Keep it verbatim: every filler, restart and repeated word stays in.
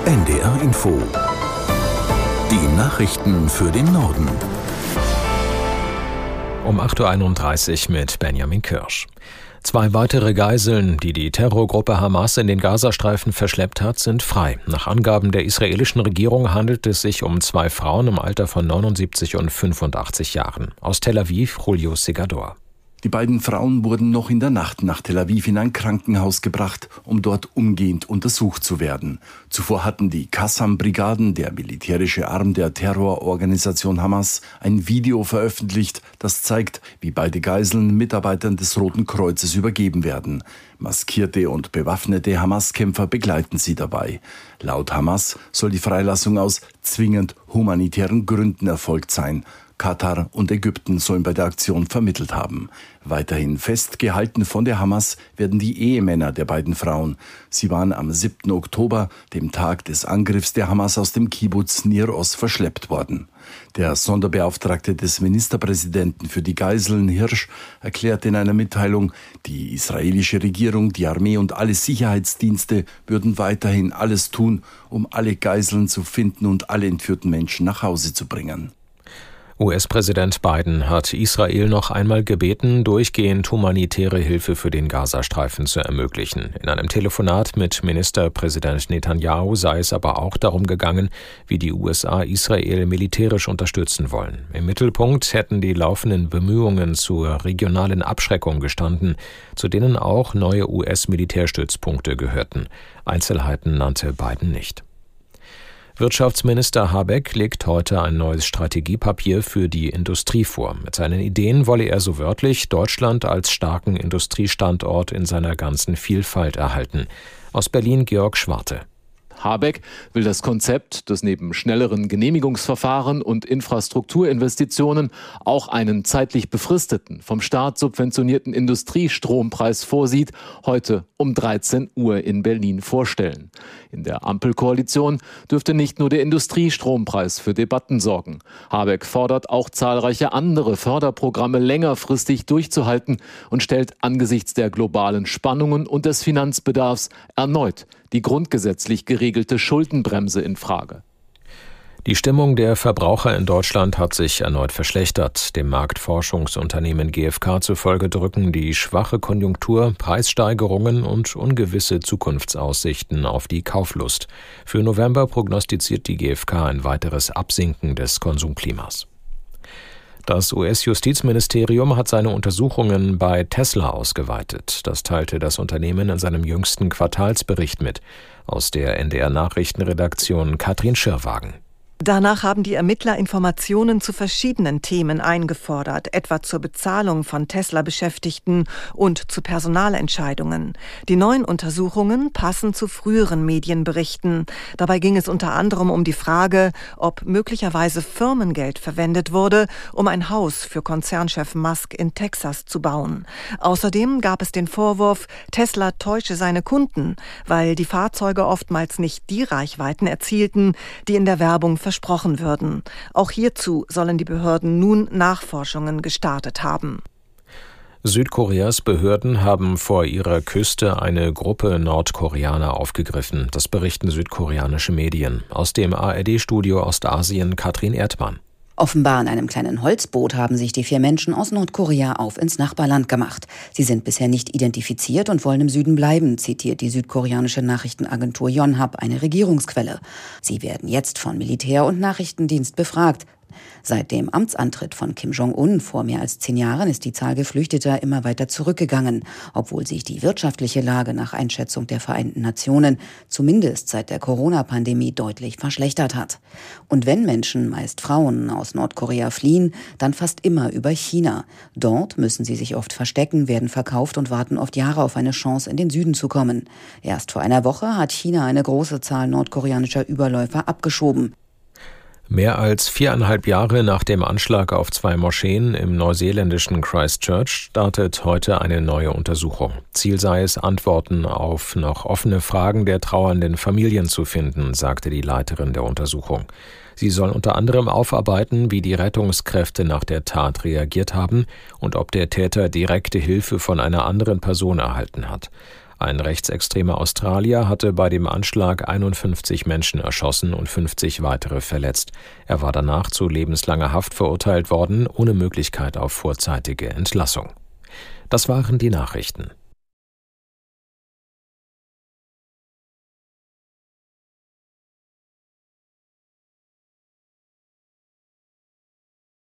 N D R Info. Die Nachrichten für den Norden. Um acht Uhr einunddreißig mit Benjamin Kirsch. Zwei weitere Geiseln, die die Terrorgruppe Hamas in den Gazastreifen verschleppt hat, sind frei. Nach Angaben der israelischen Regierung handelt es sich um zwei Frauen im Alter von neunundsiebzig und fünfundachtzig Jahren. Aus Tel Aviv, Julio Segador. Die beiden Frauen wurden noch in der Nacht nach Tel Aviv in ein Krankenhaus gebracht, um dort umgehend untersucht zu werden. Zuvor hatten die Qassam-Brigaden, der militärische Arm der Terrororganisation Hamas, ein Video veröffentlicht, das zeigt, wie beide Geiseln Mitarbeitern des Roten Kreuzes übergeben werden. Maskierte und bewaffnete Hamas-Kämpfer begleiten sie dabei. Laut Hamas soll die Freilassung aus zwingend humanitären Gründen erfolgt sein. Katar und Ägypten sollen bei der Aktion vermittelt haben. Weiterhin festgehalten von der Hamas werden die Ehemänner der beiden Frauen. Sie waren am siebten Oktober, dem Tag des Angriffs der Hamas, aus dem Kibbuz Nir Oz verschleppt worden. Der Sonderbeauftragte des Ministerpräsidenten für die Geiseln, Hirsch, erklärte in einer Mitteilung, die israelische Regierung, die Armee und alle Sicherheitsdienste würden weiterhin alles tun, um alle Geiseln zu finden und alle entführten Menschen nach Hause zu bringen. U S-Präsident Biden hat Israel noch einmal gebeten, durchgehend humanitäre Hilfe für den Gazastreifen zu ermöglichen. In einem Telefonat mit Ministerpräsident Netanyahu sei es aber auch darum gegangen, wie die U S A Israel militärisch unterstützen wollen. Im Mittelpunkt hätten die laufenden Bemühungen zur regionalen Abschreckung gestanden, zu denen auch neue U S-Militärstützpunkte gehörten. Einzelheiten nannte Biden nicht. Wirtschaftsminister Habeck legt heute ein neues Strategiepapier für die Industrie vor. Mit seinen Ideen wolle er so wörtlich Deutschland als starken Industriestandort in seiner ganzen Vielfalt erhalten. Aus Berlin Georg Schwarte. Habeck will das Konzept, das neben schnelleren Genehmigungsverfahren und Infrastrukturinvestitionen auch einen zeitlich befristeten, vom Staat subventionierten Industriestrompreis vorsieht, heute um dreizehn Uhr in Berlin vorstellen. In der Ampelkoalition dürfte nicht nur der Industriestrompreis für Debatten sorgen. Habeck fordert auch zahlreiche andere Förderprogramme längerfristig durchzuhalten und stellt angesichts der globalen Spannungen und des Finanzbedarfs erneut die grundgesetzlich geregelte Schuldenbremse in Frage. Die Stimmung der Verbraucher in Deutschland hat sich erneut verschlechtert. Dem Marktforschungsunternehmen G F K zufolge drücken die schwache Konjunktur, Preissteigerungen und ungewisse Zukunftsaussichten auf die Kauflust. Für November prognostiziert die G F K ein weiteres Absinken des Konsumklimas. Das U S-Justizministerium hat seine Untersuchungen bei Tesla ausgeweitet. Das teilte das Unternehmen in seinem jüngsten Quartalsbericht mit. Aus der N D R-Nachrichtenredaktion Katrin Schirrwagen. Danach haben die Ermittler Informationen zu verschiedenen Themen eingefordert, etwa zur Bezahlung von Tesla-Beschäftigten und zu Personalentscheidungen. Die neuen Untersuchungen passen zu früheren Medienberichten. Dabei ging es unter anderem um die Frage, ob möglicherweise Firmengeld verwendet wurde, um ein Haus für Konzernchef Musk in Texas zu bauen. Außerdem gab es den Vorwurf, Tesla täusche seine Kunden, weil die Fahrzeuge oftmals nicht die Reichweiten erzielten, die in der Werbung versprochen würden. Auch hierzu sollen die Behörden nun Nachforschungen gestartet haben. Südkoreas Behörden haben vor ihrer Küste eine Gruppe Nordkoreaner aufgegriffen. Das berichten südkoreanische Medien. Aus dem A R D-Studio Ostasien Katrin Erdmann. Offenbar in einem kleinen Holzboot haben sich die vier Menschen aus Nordkorea auf ins Nachbarland gemacht. Sie sind bisher nicht identifiziert und wollen im Süden bleiben, zitiert die südkoreanische Nachrichtenagentur Yonhap eine Regierungsquelle. Sie werden jetzt von Militär und Nachrichtendienst befragt. Seit dem Amtsantritt von Kim Jong-un vor mehr als zehn Jahren ist die Zahl Geflüchteter immer weiter zurückgegangen, obwohl sich die wirtschaftliche Lage nach Einschätzung der Vereinten Nationen zumindest seit der Corona-Pandemie deutlich verschlechtert hat. Und wenn Menschen, meist Frauen, aus Nordkorea fliehen, dann fast immer über China. Dort müssen sie sich oft verstecken, werden verkauft und warten oft Jahre auf eine Chance, in den Süden zu kommen. Erst vor einer Woche hat China eine große Zahl nordkoreanischer Überläufer abgeschoben. Mehr als viereinhalb Jahre nach dem Anschlag auf zwei Moscheen im neuseeländischen Christchurch startet heute eine neue Untersuchung. Ziel sei es, Antworten auf noch offene Fragen der trauernden Familien zu finden, sagte die Leiterin der Untersuchung. Sie soll unter anderem aufarbeiten, wie die Rettungskräfte nach der Tat reagiert haben und ob der Täter direkte Hilfe von einer anderen Person erhalten hat. Ein rechtsextremer Australier hatte bei dem Anschlag einundfünfzig Menschen erschossen und fünfzig weitere verletzt. Er war danach zu lebenslanger Haft verurteilt worden, ohne Möglichkeit auf vorzeitige Entlassung. Das waren die Nachrichten.